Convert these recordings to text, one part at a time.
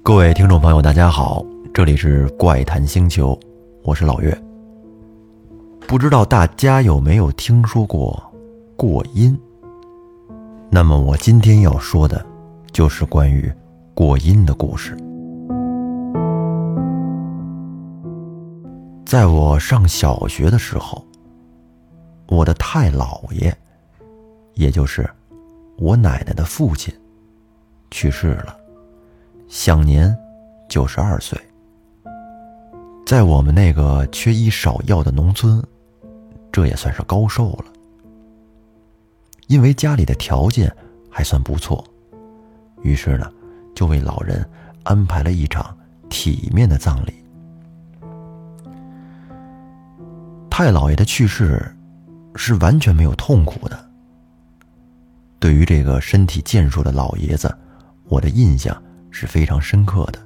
各位听众朋友大家好，这里是怪谈星球，我是老岳。不知道大家有没有听说过过阴？那么我今天要说的就是关于过阴的故事。在我上小学的时候，我的太姥爷，也就是我奶奶的父亲去世了，享年92岁。在我们那个缺医少药的农村，这也算是高寿了。因为家里的条件还算不错，于是呢，就为老人安排了一场体面的葬礼。太姥爷的去世是完全没有痛苦的。对于这个身体健硕的老爷子，我的印象是非常深刻的。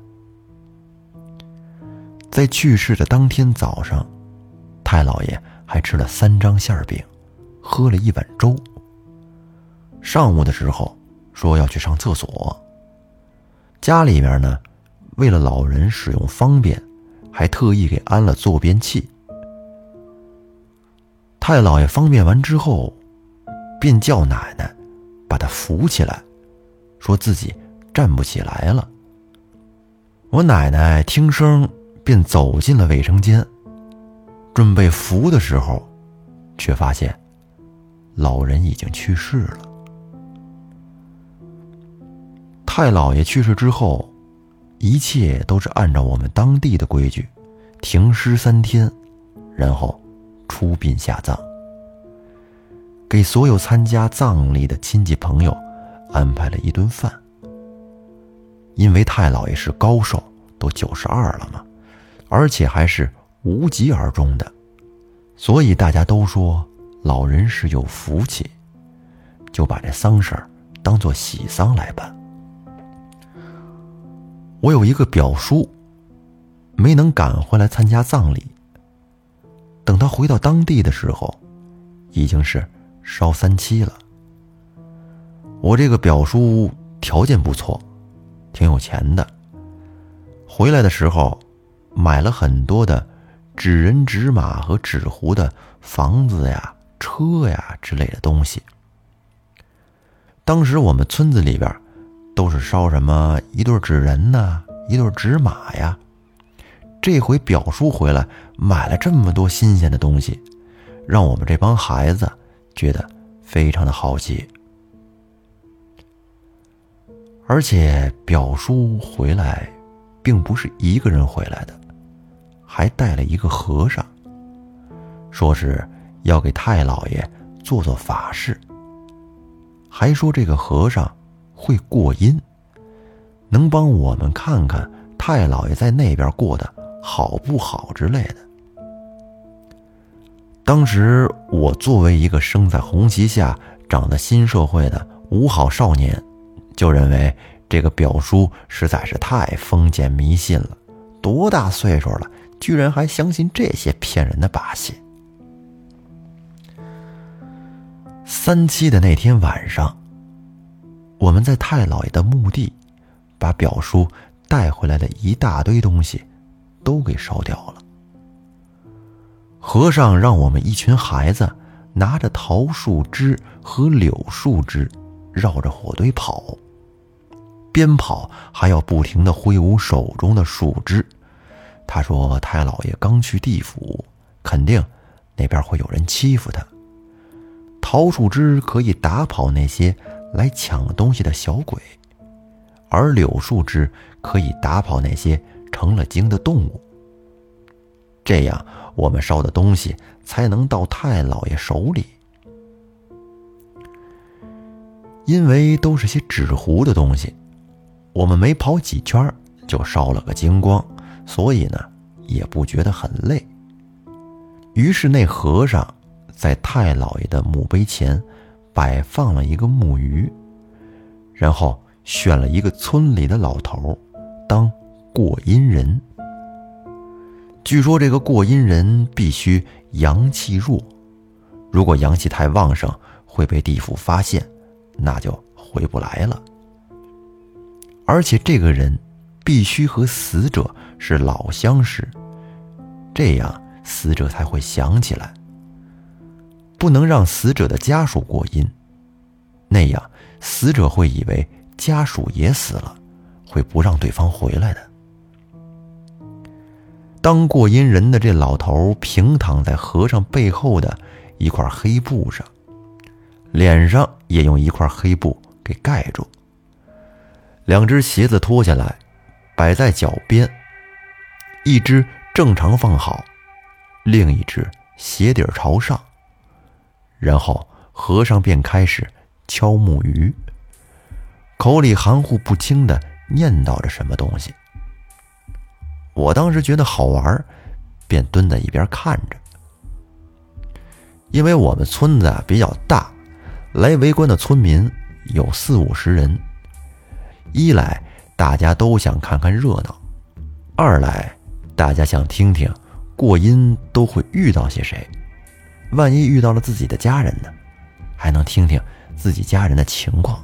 在去世的当天早上，太姥爷还吃了3张馅饼，喝了1碗粥。上午的时候说要去上厕所，家里面呢，为了老人使用方便，还特意给安了坐便器。太姥爷方便完之后，便叫奶奶把他扶起来，说自己站不起来了。我奶奶听声便走进了卫生间，准备扶的时候，却发现老人已经去世了。太姥爷去世之后，一切都是按照我们当地的规矩，停尸3天，然后出殡下葬，给所有参加葬礼的亲戚朋友安排了一顿饭。因为太姥爷是高寿，都92了嘛，而且还是无疾而终的，所以大家都说老人是有福气，就把这丧事当作喜丧来办。我有一个表叔，没能赶回来参加葬礼。等他回到当地的时候，已经是烧3期了。我这个表叔条件不错，挺有钱的。回来的时候，买了很多的纸人纸马和纸糊的房子呀、车呀之类的东西。当时我们村子里边都是烧什么1对纸人呐、1对纸马呀。这回表叔回来买了这么多新鲜的东西，让我们这帮孩子觉得非常的好奇。而且表叔回来并不是一个人回来的，还带了一个和尚，说是要给太姥爷做做法事，还说这个和尚会过阴，能帮我们看看太姥爷在那边过得好不好之类的。当时我作为一个生在红旗下、长得新社会的五好少年，就认为这个表叔实在是太封建迷信了，多大岁数了，居然还相信这些骗人的把戏。3期的那天晚上，我们在太姥爷的墓地，把表叔带回来的一大堆东西都给烧掉了。和尚让我们一群孩子拿着桃树枝和柳树枝绕着火堆跑，边跑还要不停地挥舞手中的树枝。他说太姥爷刚去地府，肯定那边会有人欺负他。桃树枝可以打跑那些来抢东西的小鬼，而柳树枝可以打跑那些成了精的动物。这样我们烧的东西才能到太姥爷手里。因为都是些纸糊的东西，我们没跑几圈就烧了个精光，所以呢也不觉得很累。于是那和尚在太姥爷的墓碑前摆放了一个木鱼，然后选了一个村里的老头当过阴人。据说这个过阴人必须阳气弱，如果阳气太旺盛会被地府发现，那就回不来了。而且这个人必须和死者是老相识，这样死者才会想起来。不能让死者的家属过阴，那样死者会以为家属也死了，会不让对方回来的。当过阴人的这老头平躺在和尚背后的一块黑布上，脸上也用一块黑布给盖住，两只鞋子脱下来摆在脚边，一只正常放好，另一只鞋底朝上。然后和尚便开始敲木鱼，口里含糊不清地念叨着什么东西。我当时觉得好玩，便蹲在一边看着。因为我们村子比较大，来围观的村民有40-50人，一来大家都想看看热闹，二来大家想听听过阴都会遇到些谁，万一遇到了自己的家人呢，还能听听自己家人的情况。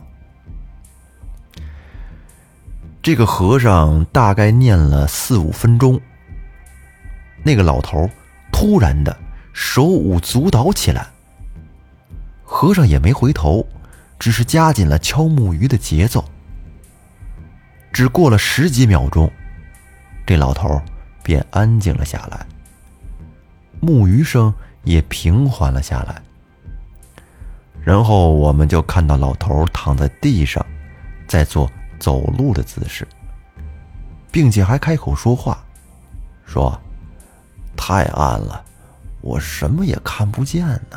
这个和尚大概念了4-5分钟，那个老头突然的手舞足蹈起来，和尚也没回头，只是加紧了敲木鱼的节奏。只过了10几秒钟，这老头便安静了下来，木鱼声也平缓了下来。然后我们就看到老头躺在地上，在做走路的姿势，并且还开口说话，说：“太暗了，我什么也看不见呢。”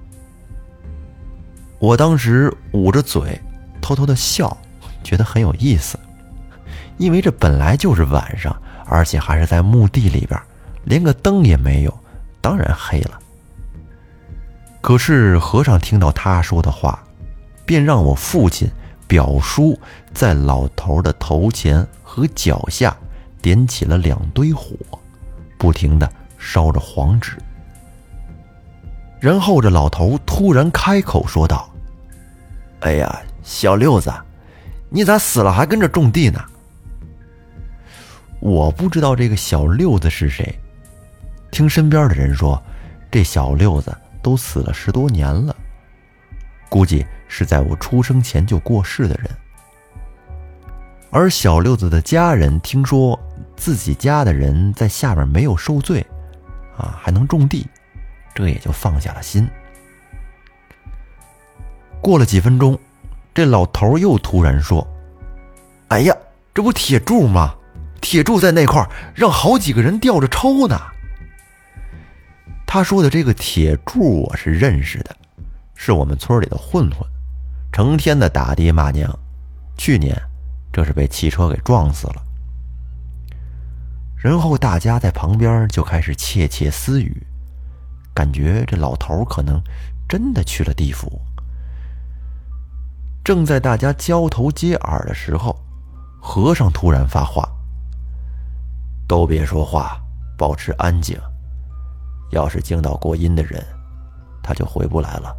我当时捂着嘴偷偷的笑，觉得很有意思，因为这本来就是晚上，而且还是在墓地里边，连个灯也没有，当然黑了。可是和尚听到他说的话，便让我父亲表叔在老头的头前和脚下点起了2堆火，不停地烧着黄纸。然后这老头突然开口说道：“哎呀，小六子，你咋死了还跟着种地呢？”我不知道这个小六子是谁，听身边的人说，这小六子都死了10多年了，估计是在我出生前就过世的人。而小六子的家人听说自己家的人在下面没有受罪还能种地，这也就放下了心。过了几分钟，这老头又突然说：“哎呀，这不铁柱吗？铁柱在那块让好几个人吊着抽呢。”他说的这个铁柱我是认识的，是我们村里的混混，成天的打爹骂娘，去年这是被汽车给撞死了。然后大家在旁边就开始窃窃私语，感觉这老头可能真的去了地府。正在大家交头接耳的时候，和尚突然发话：“都别说话，保持安静，要是惊到过阴的人，他就回不来了。”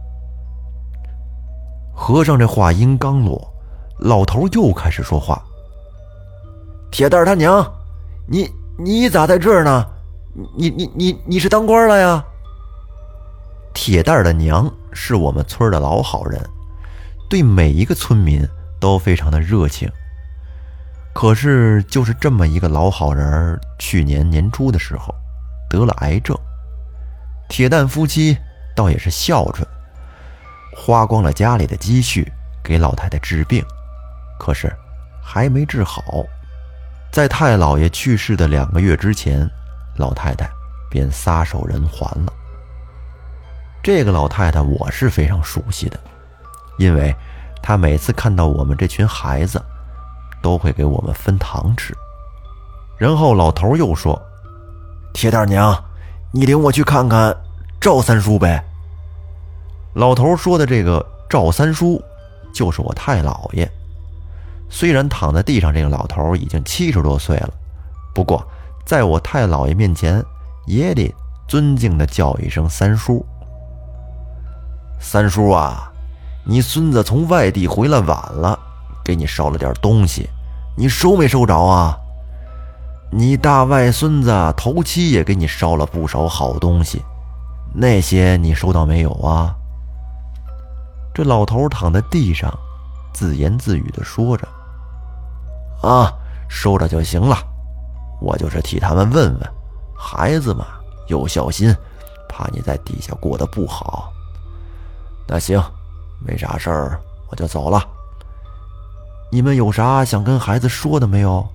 和尚这话音刚落，老头又开始说话：“铁蛋他娘，你咋在这儿呢？你是当官了呀？”铁蛋的娘是我们村的老好人，对每一个村民都非常的热情。可是就是这么一个老好人，去年年初的时候得了癌症。铁蛋夫妻倒也是孝顺，花光了家里的积蓄给老太太治病，可是还没治好。在太姥爷去世的2个月之前，老太太便撒手人寰了。这个老太太我是非常熟悉的，因为她每次看到我们这群孩子，都会给我们分糖吃。然后老头又说：“铁蛋娘，你领我去看看赵三叔呗。”老头说的这个赵三叔就是我太姥爷。虽然躺在地上这个老头已经70多岁了，不过在我太姥爷面前也得尊敬地叫一声三叔。三叔啊，你孙子从外地回来晚了，给你捎了点东西， 你收没收着啊？你大外孙子头七也给你烧了不少好东西，那些你收到没有啊？”这老头躺在地上，自言自语地说着：“啊，收着就行了，我就是替他们问问，孩子嘛，有孝心，怕你在底下过得不好。那行，没啥事儿，我就走了。你们有啥想跟孩子说的没有？”“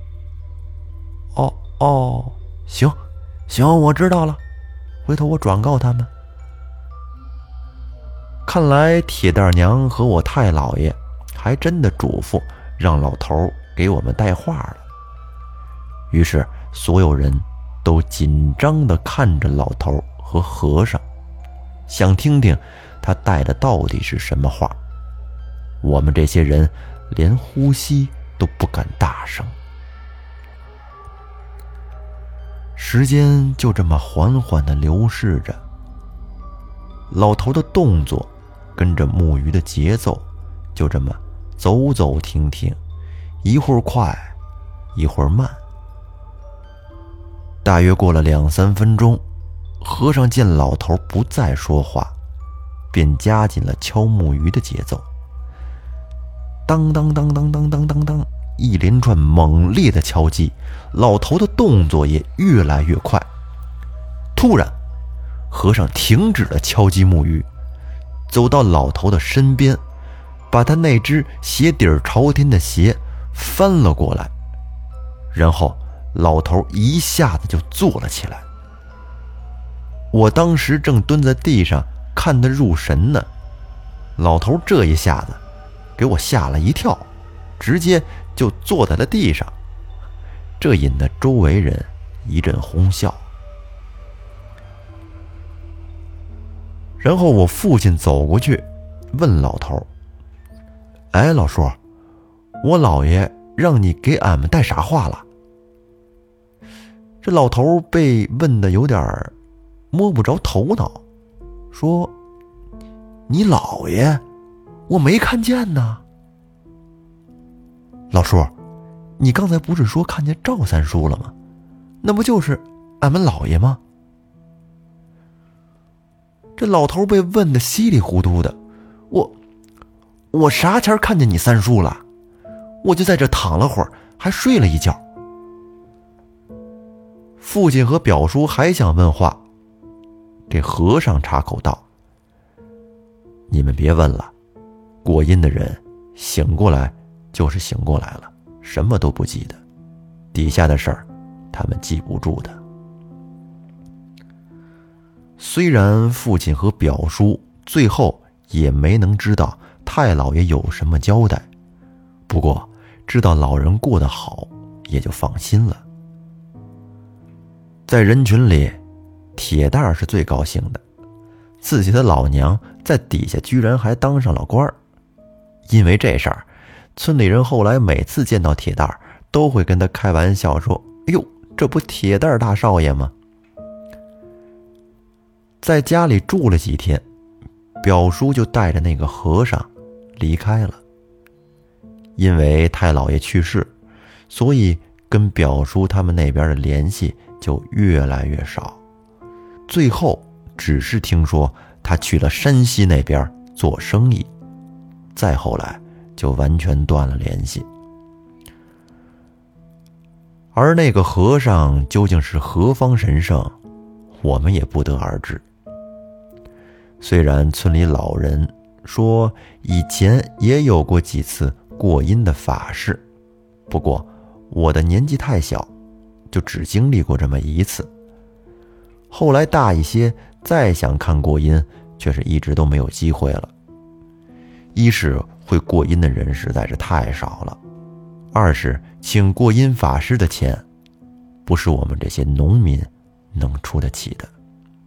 哦，行，我知道了，回头我转告他们。”看来铁蛋娘和我太姥爷还真的嘱咐让老头给我们带话了。于是所有人都紧张地看着老头和和尚，想听听他带的到底是什么话。我们这些人连呼吸都不敢大声。时间就这么缓缓地流逝着，老头的动作跟着木鱼的节奏，就这么走走停停，一会儿快，一会儿慢。大约过了2-3分钟，和尚见老头不再说话，便加紧了敲木鱼的节奏。当当当当当当当当，一连串猛烈的敲击，老头的动作也越来越快。突然，和尚停止了敲击木鱼，走到老头的身边，把他那只鞋底朝天的鞋翻了过来，然后老头一下子就坐了起来。我当时正蹲在地上看得入神呢，老头这一下子给我吓了一跳，直接就坐在了地上，这引得周围人一阵哄笑。然后我父亲走过去问老头：“哎，老叔，我姥爷让你给俺们带啥话了？”这老头被问得有点摸不着头脑，说：“你姥爷？我没看见呢。”“老叔，你刚才不是说看见赵三叔了吗？那不就是俺们姥爷吗？”这老头被问得稀里糊涂的，我啥前看见你三叔了？我就在这躺了会儿，还睡了一觉。父亲和表叔还想问话，这和尚插口道：“你们别问了，过阴的人醒过来就是醒过来了，什么都不记得，底下的事儿他们记不住的。”虽然父亲和表叔最后也没能知道太姥爷有什么交代，不过知道老人过得好，也就放心了。在人群里，铁蛋儿是最高兴的，自己的老娘在底下居然还当上了官儿。因为这事儿，村里人后来每次见到铁蛋儿，都会跟他开玩笑说：“哎呦，这不铁蛋儿大少爷吗？”在家里住了几天，表叔就带着那个和尚离开了。因为太姥爷去世，所以跟表叔他们那边的联系就越来越少，最后只是听说他去了山西那边做生意，再后来就完全断了联系。而那个和尚究竟是何方神圣，我们也不得而知。虽然村里老人说以前也有过几次过阴的法事，不过我的年纪太小，就只经历过这么一次。后来大一些，再想看过阴，却是一直都没有机会了。一是会过阴的人实在是太少了，二是请过阴法师的钱，不是我们这些农民能出得起的。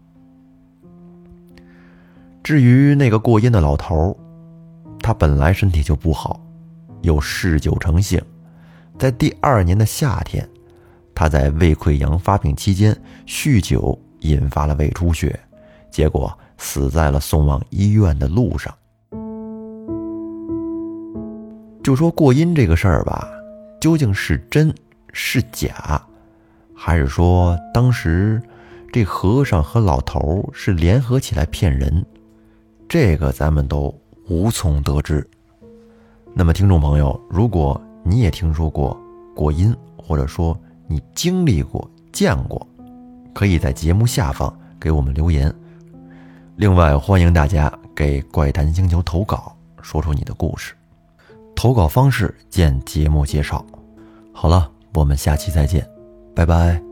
至于那个过阴的老头，他本来身体就不好，又嗜酒成性，在第2年的夏天，他在胃溃疡发病期间酗酒，引发了胃出血，结果死在了送往医院的路上。就说过阴这个事儿吧， 究竟是真是假，还是说当时这和尚和老头是联合起来骗人，这个咱们都无从得知。那么听众朋友，如果你也听说过过阴，或者说你经历过见过，可以在节目下方给我们留言。另外欢迎大家给怪谈星球投稿，说出你的故事，投稿方式见节目介绍。好了，我们下期再见，拜拜。